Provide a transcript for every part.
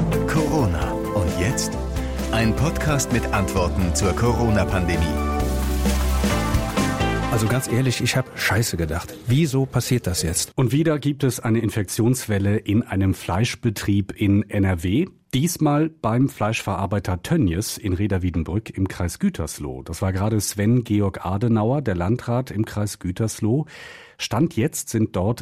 Corona. Und jetzt? Ein Podcast mit Antworten zur Corona-Pandemie. Also ganz ehrlich, ich habe Scheiße gedacht. Wieso passiert das jetzt? Und wieder gibt es eine Infektionswelle in einem Fleischbetrieb in NRW. Diesmal beim Fleischverarbeiter Tönnies in Rheda-Wiedenbrück im Kreis Gütersloh. Das war gerade Sven Georg Adenauer, der Landrat im Kreis Gütersloh. Stand jetzt sind dort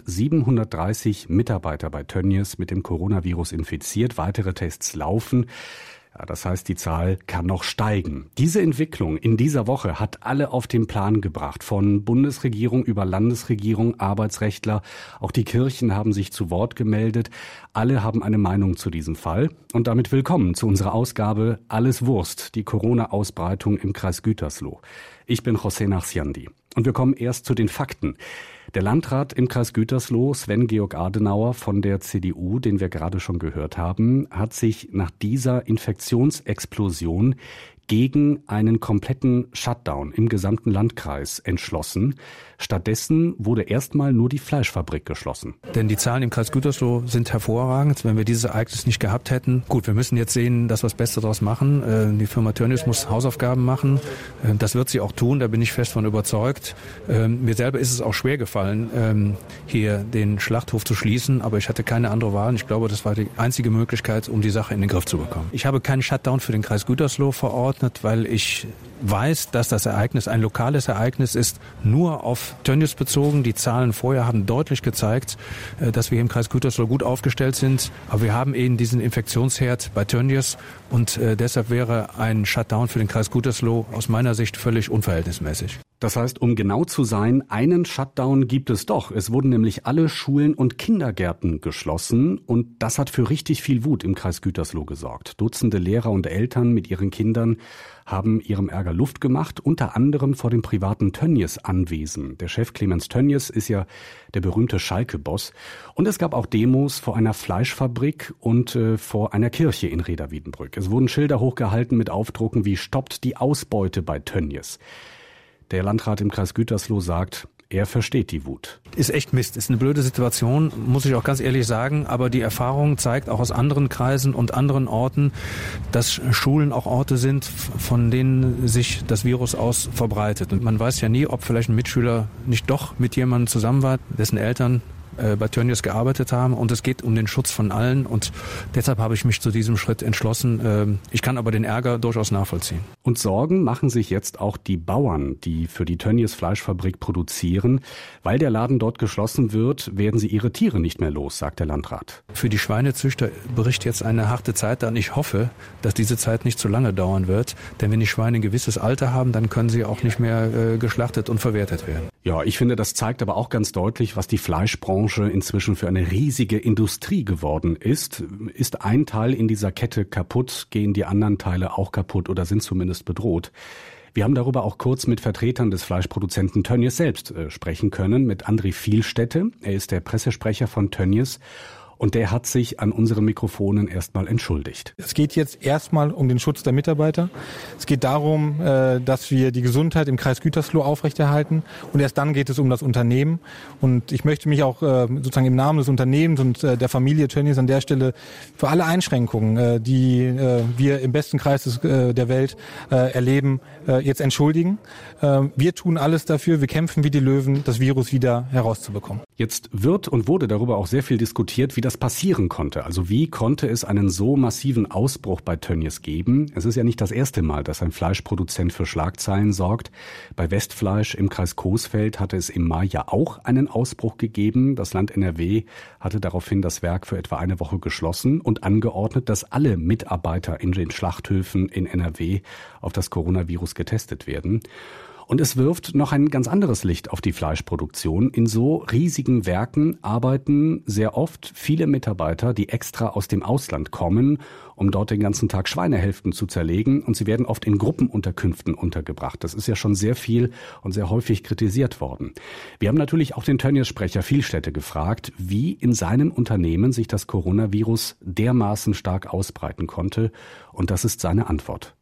730 Mitarbeiter bei Tönnies mit dem Coronavirus infiziert. Weitere Tests laufen. Ja, das heißt, die Zahl kann noch steigen. Diese Entwicklung in dieser Woche hat alle auf den Plan gebracht. Von Bundesregierung über Landesregierung, Arbeitsrechtler. Auch die Kirchen haben sich zu Wort gemeldet. Alle haben eine Meinung zu diesem Fall. Und damit willkommen zu unserer Ausgabe Alles Wurst, die Corona-Ausbreitung im Kreis Gütersloh. Ich bin José Nachsiandi. Und wir kommen erst zu den Fakten. Der Landrat im Kreis Gütersloh, Sven Georg Adenauer von der CDU, den wir gerade schon gehört haben, hat sich nach dieser Infektionsexplosion gegen einen kompletten Shutdown im gesamten Landkreis entschlossen. Stattdessen wurde erstmal nur die Fleischfabrik geschlossen. Denn die Zahlen im Kreis Gütersloh sind hervorragend. Wenn wir dieses Ereignis nicht gehabt hätten, gut, wir müssen jetzt sehen, dass wir das Beste daraus machen. Die Firma Tönnies muss Hausaufgaben machen. Das wird sie auch tun, da bin ich fest von überzeugt. Mir selber ist es auch schwer gefallen, hier den Schlachthof zu schließen, aber ich hatte keine andere Wahl. Ich glaube, das war die einzige Möglichkeit, um die Sache in den Griff zu bekommen. Ich habe keinen Shutdown für den Kreis Gütersloh verordnet, weil ich weiß, dass das Ereignis ein lokales Ereignis ist, nur auf Tönnies bezogen. Die Zahlen vorher haben deutlich gezeigt, dass wir im Kreis Gütersloh gut aufgestellt sind. Aber wir haben eben diesen Infektionsherd bei Tönnies und deshalb wäre ein Shutdown für den Kreis Gütersloh aus meiner Sicht völlig unverhältnismäßig. Das heißt, um genau zu sein, einen Shutdown gibt es doch. Es wurden nämlich alle Schulen und Kindergärten geschlossen und das hat für richtig viel Wut im Kreis Gütersloh gesorgt. Dutzende Lehrer und Eltern mit ihren Kindern haben ihrem Ärger Luft gemacht, unter anderem vor dem privaten Tönnies-Anwesen. Der Chef Clemens Tönnies ist ja der berühmte Schalke-Boss. Und es gab auch Demos vor einer Fleischfabrik und vor einer Kirche in Rheda-Wiedenbrück. Es wurden Schilder hochgehalten mit Aufdrucken wie "Stoppt die Ausbeute bei Tönnies". Der Landrat im Kreis Gütersloh sagt, er versteht die Wut. Ist echt Mist, ist eine blöde Situation, muss ich auch ganz ehrlich sagen. Aber die Erfahrung zeigt auch aus anderen Kreisen und anderen Orten, dass Schulen auch Orte sind, von denen sich das Virus aus verbreitet. Und man weiß ja nie, ob vielleicht ein Mitschüler nicht doch mit jemandem zusammen war, dessen Eltern bei Tönnies gearbeitet haben und es geht um den Schutz von allen und deshalb habe ich mich zu diesem Schritt entschlossen. Ich kann aber den Ärger durchaus nachvollziehen. Und Sorgen machen sich jetzt auch die Bauern, die für die Tönnies Fleischfabrik produzieren. Weil der Laden dort geschlossen wird, werden sie ihre Tiere nicht mehr los, sagt der Landrat. Für die Schweinezüchter bricht jetzt eine harte Zeit an. Ich hoffe, dass diese Zeit nicht zu lange dauern wird, denn wenn die Schweine ein gewisses Alter haben, dann können sie auch nicht mehr geschlachtet und verwertet werden. Ja, ich finde, das zeigt aber auch ganz deutlich, was die Fleischbranche inzwischen für eine riesige Industrie geworden ist. Ist ein Teil in dieser Kette kaputt, gehen die anderen Teile auch kaputt oder sind zumindest bedroht. Wir haben darüber auch kurz mit Vertretern des Fleischproduzenten Tönnies selbst sprechen können, mit André Vielstätte. Er ist der Pressesprecher von Tönnies. Und der hat sich an unseren Mikrofonen erstmal entschuldigt. Es geht jetzt erstmal um den Schutz der Mitarbeiter. Es geht darum, dass wir die Gesundheit im Kreis Gütersloh aufrechterhalten. Und erst dann geht es um das Unternehmen. Und ich möchte mich auch sozusagen im Namen des Unternehmens und der Familie Tönnies an der Stelle für alle Einschränkungen, die wir im besten Kreis der Welt erleben, jetzt entschuldigen. Wir tun alles dafür, wir kämpfen wie die Löwen, das Virus wieder herauszubekommen. Jetzt wird und wurde darüber auch sehr viel diskutiert, wie das passieren konnte. Also wie konnte es einen so massiven Ausbruch bei Tönnies geben? Es ist ja nicht das erste Mal, dass ein Fleischproduzent für Schlagzeilen sorgt. Bei Westfleisch im Kreis Coesfeld hatte es im Mai ja auch einen Ausbruch gegeben. Das Land NRW hatte daraufhin das Werk für etwa eine Woche geschlossen und angeordnet, dass alle Mitarbeiter in den Schlachthöfen in NRW auf das Coronavirus getestet werden. Und es wirft noch ein ganz anderes Licht auf die Fleischproduktion. In so riesigen Werken arbeiten sehr oft viele Mitarbeiter, die extra aus dem Ausland kommen, um dort den ganzen Tag Schweinehälften zu zerlegen. Und sie werden oft in Gruppenunterkünften untergebracht. Das ist ja schon sehr viel und sehr häufig kritisiert worden. Wir haben natürlich auch den Tönnies-Sprecher Vielstätte gefragt, wie in seinem Unternehmen sich das Coronavirus dermaßen stark ausbreiten konnte. Und das ist seine Antwort.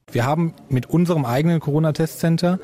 Wir haben mit unserem eigenen Corona-Testcenter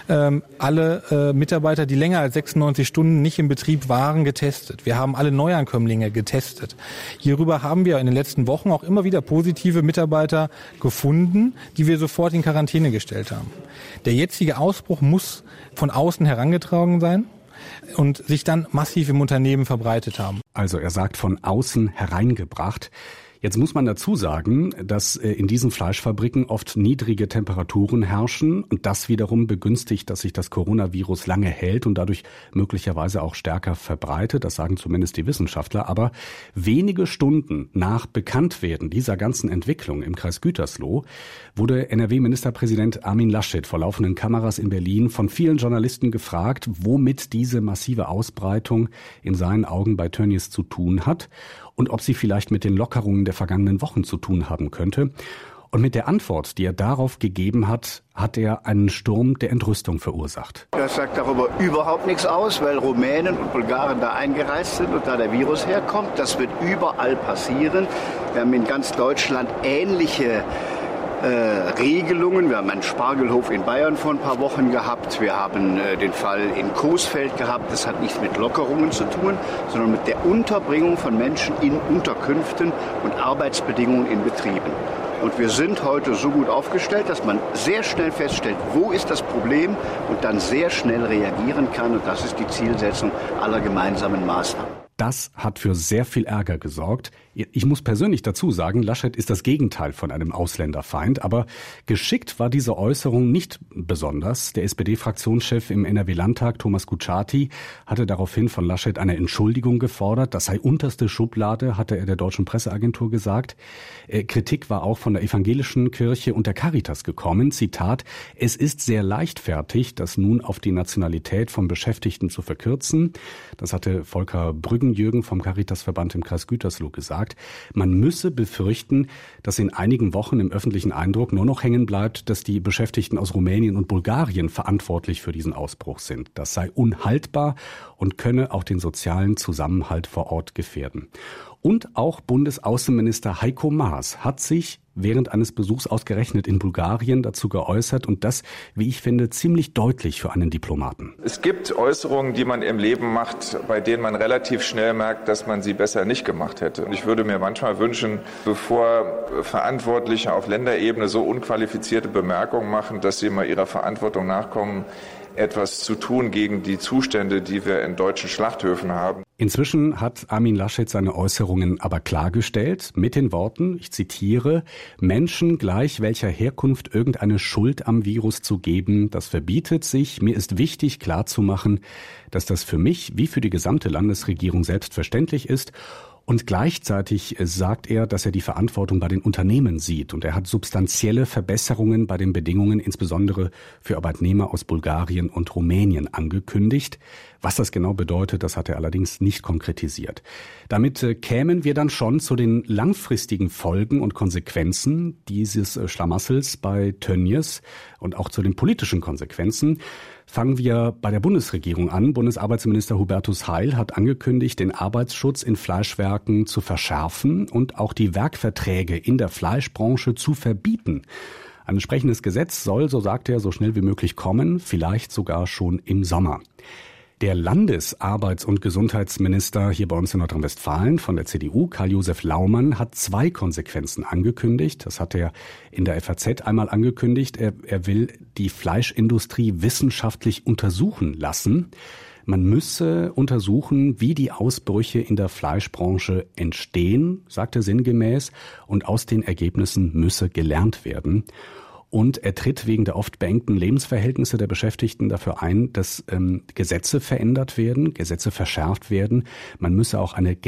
alle Mitarbeiter, die länger als 96 Stunden nicht im Betrieb waren, getestet. Wir haben alle Neuankömmlinge getestet. Hierüber haben wir in den letzten Wochen auch immer wieder positive Mitarbeiter gefunden, die wir sofort in Quarantäne gestellt haben. Der jetzige Ausbruch muss von außen herangetragen sein und sich dann massiv im Unternehmen verbreitet haben. Also er sagt von außen hereingebracht. Jetzt muss man dazu sagen, dass in diesen Fleischfabriken oft niedrige Temperaturen herrschen und das wiederum begünstigt, dass sich das Coronavirus lange hält und dadurch möglicherweise auch stärker verbreitet. Das sagen zumindest die Wissenschaftler. Aber wenige Stunden nach Bekanntwerden dieser ganzen Entwicklung im Kreis Gütersloh wurde NRW-Ministerpräsident Armin Laschet vor laufenden Kameras in Berlin von vielen Journalisten gefragt, womit diese massive Ausbreitung in seinen Augen bei Tönnies zu tun hat und ob sie vielleicht mit den Lockerungen der vergangenen Wochen zu tun haben könnte. Und mit der Antwort, die er darauf gegeben hat, hat er einen Sturm der Entrüstung verursacht. Das sagt darüber überhaupt nichts aus, weil Rumänen und Bulgaren da eingereist sind und da der Virus herkommt. Das wird überall passieren. Wir haben in ganz Deutschland ähnliche Regelungen. Wir haben einen Spargelhof in Bayern vor ein paar Wochen gehabt. Wir haben den Fall in Coesfeld gehabt. Das hat nichts mit Lockerungen zu tun, sondern mit der Unterbringung von Menschen in Unterkünften und Arbeitsbedingungen in Betrieben. Und wir sind heute so gut aufgestellt, dass man sehr schnell feststellt, wo ist das Problem und dann sehr schnell reagieren kann. Und das ist die Zielsetzung aller gemeinsamen Maßnahmen. Das hat für sehr viel Ärger gesorgt. Ich muss persönlich dazu sagen, Laschet ist das Gegenteil von einem Ausländerfeind. Aber geschickt war diese Äußerung nicht besonders. Der SPD-Fraktionschef im NRW-Landtag, Thomas Kutschaty, hatte daraufhin von Laschet eine Entschuldigung gefordert. Das sei unterste Schublade, hatte er der Deutschen Presseagentur gesagt. Kritik war auch von der evangelischen Kirche und der Caritas gekommen. Zitat: Es ist sehr leichtfertig, das nun auf die Nationalität von Beschäftigten zu verkürzen. Das hatte Volker Brüggenjürgen vom Caritasverband im Kreis Gütersloh gesagt. Man müsse befürchten, dass in einigen Wochen im öffentlichen Eindruck nur noch hängen bleibt, dass die Beschäftigten aus Rumänien und Bulgarien verantwortlich für diesen Ausbruch sind. Das sei unhaltbar und könne auch den sozialen Zusammenhalt vor Ort gefährden. Und auch Bundesaußenminister Heiko Maas hat sich während eines Besuchs ausgerechnet in Bulgarien dazu geäußert und das, wie ich finde, ziemlich deutlich für einen Diplomaten. Es gibt Äußerungen, die man im Leben macht, bei denen man relativ schnell merkt, dass man sie besser nicht gemacht hätte. Und ich würde mir manchmal wünschen, bevor Verantwortliche auf Länderebene so unqualifizierte Bemerkungen machen, dass sie mal ihrer Verantwortung nachkommen, etwas zu tun gegen die Zustände, die wir in deutschen Schlachthöfen haben. Inzwischen hat Armin Laschet seine Äußerungen aber klargestellt mit den Worten, ich zitiere: Menschen gleich welcher Herkunft irgendeine Schuld am Virus zu geben, das verbietet sich. Mir ist wichtig klarzumachen, dass das für mich wie für die gesamte Landesregierung selbstverständlich ist. Und gleichzeitig sagt er, dass er die Verantwortung bei den Unternehmen sieht. Und er hat substanzielle Verbesserungen bei den Bedingungen, insbesondere für Arbeitnehmer aus Bulgarien und Rumänien, angekündigt. Was das genau bedeutet, das hat er allerdings nicht konkretisiert. Damit kämen wir dann schon zu den langfristigen Folgen und Konsequenzen dieses Schlamassels bei Tönnies und auch zu den politischen Konsequenzen. Fangen wir bei der Bundesregierung an. Bundesarbeitsminister Hubertus Heil hat angekündigt, den Arbeitsschutz in Fleischwerken zu verschärfen und auch die Werkverträge in der Fleischbranche zu verbieten. Ein entsprechendes Gesetz soll, so sagt er, so schnell wie möglich kommen, vielleicht sogar schon im Sommer. Der Landesarbeits- und Gesundheitsminister hier bei uns in Nordrhein-Westfalen von der CDU, Karl-Josef Laumann, hat 2 Konsequenzen angekündigt. Das hat er in der FAZ einmal angekündigt. Er will die Fleischindustrie wissenschaftlich untersuchen lassen. Man müsse untersuchen, wie die Ausbrüche in der Fleischbranche entstehen, sagt er sinngemäß, und aus den Ergebnissen müsse gelernt werden. Und er tritt wegen der oft beengten Lebensverhältnisse der Beschäftigten dafür ein, dass Gesetze verändert werden, Gesetze verschärft werden. Man müsse auch eine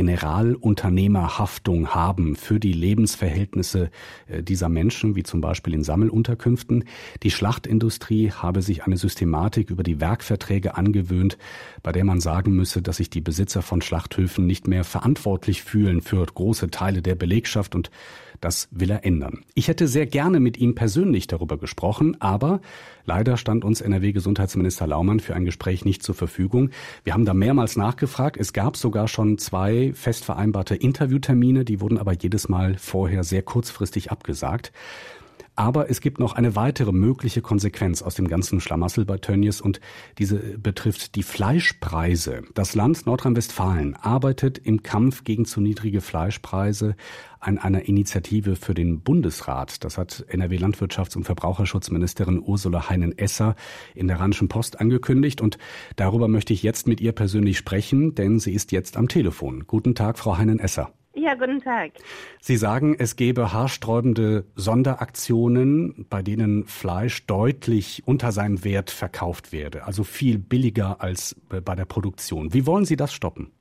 Generalunternehmerhaftung haben für die Lebensverhältnisse dieser Menschen, wie zum Beispiel in Sammelunterkünften. Die Schlachtindustrie habe sich eine Systematik über die Werkverträge angewöhnt, bei der man sagen müsse, dass sich die Besitzer von Schlachthöfen nicht mehr verantwortlich fühlen für große Teile der Belegschaft, und das will er ändern. Ich hätte sehr gerne mit ihm persönlich darüber gesprochen, aber leider stand uns NRW-Gesundheitsminister Laumann für ein Gespräch nicht zur Verfügung. Wir haben da mehrmals nachgefragt. Es gab sogar schon 2 fest vereinbarte Interviewtermine, die wurden aber jedes Mal vorher sehr kurzfristig abgesagt. Aber es gibt noch eine weitere mögliche Konsequenz aus dem ganzen Schlamassel bei Tönnies und diese betrifft die Fleischpreise. Das Land Nordrhein-Westfalen arbeitet im Kampf gegen zu niedrige Fleischpreise an einer Initiative für den Bundesrat. Das hat NRW-Landwirtschafts- und Verbraucherschutzministerin Ursula Heinen-Esser in der Rheinischen Post angekündigt. Und darüber möchte ich jetzt mit ihr persönlich sprechen, denn sie ist jetzt am Telefon. Guten Tag, Frau Heinen-Esser. Ja, guten Tag. Sie sagen, es gäbe haarsträubende Sonderaktionen, bei denen Fleisch deutlich unter seinem Wert verkauft werde, also viel billiger als bei der Produktion. Wie wollen Sie das stoppen?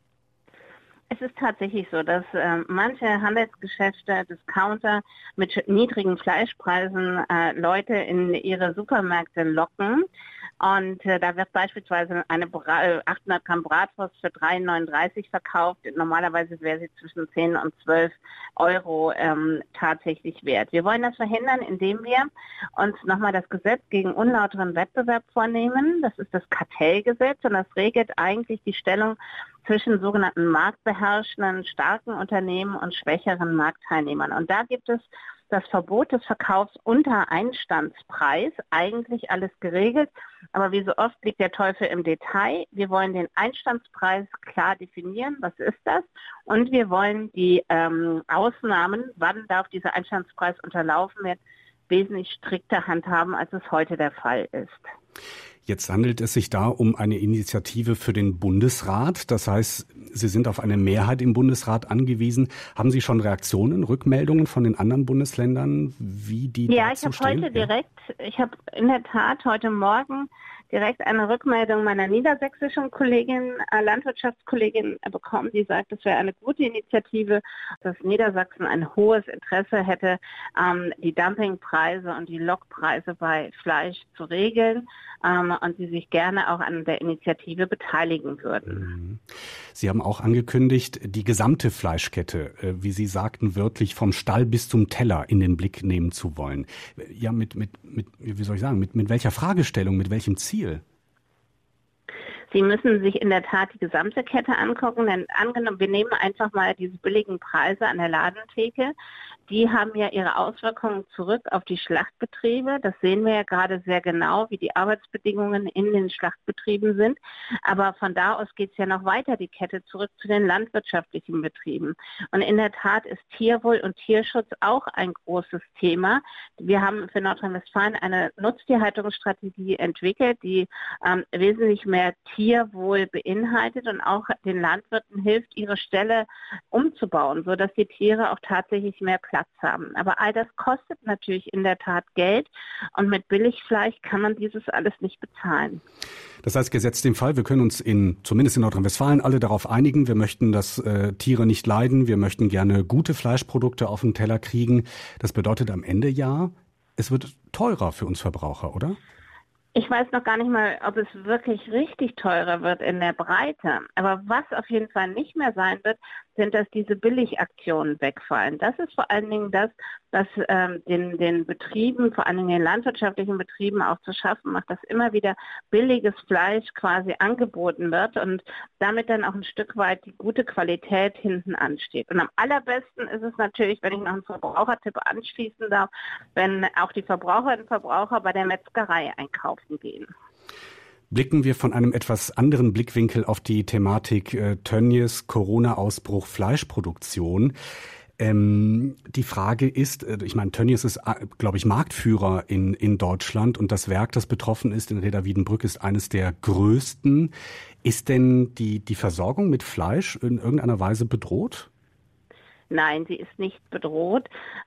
Es ist tatsächlich so, dass manche Handelsgeschäfte, Discounter mit niedrigen Fleischpreisen Leute in ihre Supermärkte locken. Und da wird beispielsweise eine 800 Gramm Bratwurst für 3,39 verkauft. Normalerweise wäre sie zwischen 10 und 12 Euro tatsächlich wert. Wir wollen das verhindern, indem wir uns nochmal das Gesetz gegen unlauteren Wettbewerb vornehmen. Das ist das Kartellgesetz und das regelt eigentlich die Stellung zwischen sogenannten marktbeherrschenden, starken Unternehmen und schwächeren Marktteilnehmern. Und da gibt es das Verbot des Verkaufs unter Einstandspreis, eigentlich alles geregelt. Aber wie so oft liegt der Teufel im Detail. Wir wollen den Einstandspreis klar definieren, was ist das? Und wir wollen die Ausnahmen, wann darf dieser Einstandspreis unterlaufen werden, wesentlich strikter handhaben, als es heute der Fall ist. Jetzt handelt es sich da um eine Initiative für den Bundesrat. Das heißt, Sie sind auf eine Mehrheit im Bundesrat angewiesen. Haben Sie schon Reaktionen, Rückmeldungen von den anderen Bundesländern, wie die dazu stehen? Ich habe in der Tat heute Morgen direkt eine Rückmeldung meiner niedersächsischen Kollegin, Landwirtschaftskollegin bekommen, die sagt, es wäre eine gute Initiative, dass Niedersachsen ein hohes Interesse hätte, die Dumpingpreise und die Lockpreise bei Fleisch zu regeln und sie sich gerne auch an der Initiative beteiligen würden. Sie haben auch angekündigt, die gesamte Fleischkette, wie Sie sagten, wörtlich vom Stall bis zum Teller in den Blick nehmen zu wollen. Ja, wie soll ich sagen, mit welcher Fragestellung, mit welchem Ziel? Sie müssen sich in der Tat die gesamte Kette angucken, denn angenommen, wir nehmen einfach mal diese billigen Preise an der Ladentheke, die haben ja ihre Auswirkungen zurück auf die Schlachtbetriebe. Das sehen wir ja gerade sehr genau, wie die Arbeitsbedingungen in den Schlachtbetrieben sind. Aber von da aus geht es ja noch weiter, die Kette zurück zu den landwirtschaftlichen Betrieben. Und in der Tat ist Tierwohl und Tierschutz auch ein großes Thema. Wir haben für Nordrhein-Westfalen eine Nutztierhaltungsstrategie entwickelt, die wesentlich mehr Tierwohl beinhaltet und auch den Landwirten hilft, ihre Ställe umzubauen, sodass die Tiere auch tatsächlich mehr Platz haben. Aber all das kostet natürlich in der Tat Geld und mit Billigfleisch kann man dieses alles nicht bezahlen. Das heißt, gesetzt den Fall, wir können uns zumindest in Nordrhein-Westfalen alle darauf einigen, wir möchten, dass Tiere nicht leiden, wir möchten gerne gute Fleischprodukte auf den Teller kriegen. Das bedeutet am Ende ja, es wird teurer für uns Verbraucher, oder? Ich weiß noch gar nicht mal, ob es wirklich richtig teurer wird in der Breite. Aber was auf jeden Fall nicht mehr sein wird, sind, dass diese Billigaktionen wegfallen. Das ist vor allen Dingen das, was den Betrieben, vor allen Dingen den landwirtschaftlichen Betrieben auch zu schaffen macht, dass immer wieder billiges Fleisch quasi angeboten wird und damit dann auch ein Stück weit die gute Qualität hinten ansteht. Und am allerbesten ist es natürlich, wenn ich noch einen Verbrauchertipp anschließen darf, wenn auch die Verbraucherinnen und Verbraucher bei der Metzgerei einkaufen gehen. Blicken wir von einem etwas anderen Blickwinkel auf die Thematik Tönnies, Corona-Ausbruch, Fleischproduktion. Die Frage ist, ich meine, Tönnies ist, glaube ich, Marktführer in Deutschland und das Werk, das betroffen ist in Reda-Wiedenbrück, ist eines der größten. Ist denn die Versorgung mit Fleisch in irgendeiner Weise bedroht? Nein, sie ist nicht bedroht.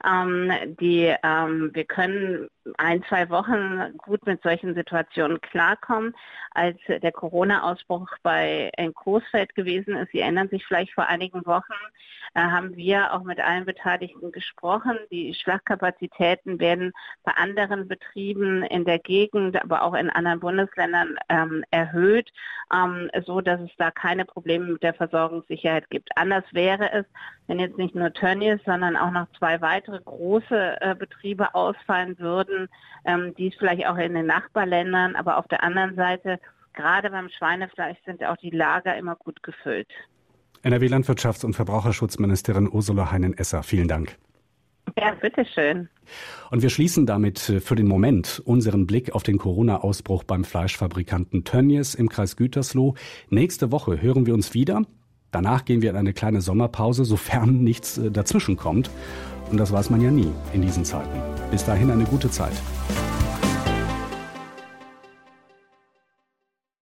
Wir können 1-2 Wochen gut mit solchen Situationen klarkommen. Als der Corona-Ausbruch in Coesfeld gewesen ist, Sie erinnern sich vielleicht vor einigen Wochen, haben wir auch mit allen Beteiligten gesprochen. Die Schlachtkapazitäten werden bei anderen Betrieben in der Gegend, aber auch in anderen Bundesländern erhöht, so dass es da keine Probleme mit der Versorgungssicherheit gibt. Anders wäre es, wenn jetzt nicht nur Tönnies, sondern auch noch 2 weitere große Betriebe ausfallen würden, die es vielleicht auch in den Nachbarländern, aber auf der anderen Seite, gerade beim Schweinefleisch sind auch die Lager immer gut gefüllt. NRW-Landwirtschafts- und Verbraucherschutzministerin Ursula Heinen-Esser, vielen Dank. Ja, bitteschön. Und wir schließen damit für den Moment unseren Blick auf den Corona-Ausbruch beim Fleischfabrikanten Tönnies im Kreis Gütersloh. Nächste Woche hören wir uns wieder. Danach gehen wir in eine kleine Sommerpause, sofern nichts dazwischen kommt. Und das weiß man ja nie in diesen Zeiten. Bis dahin eine gute Zeit.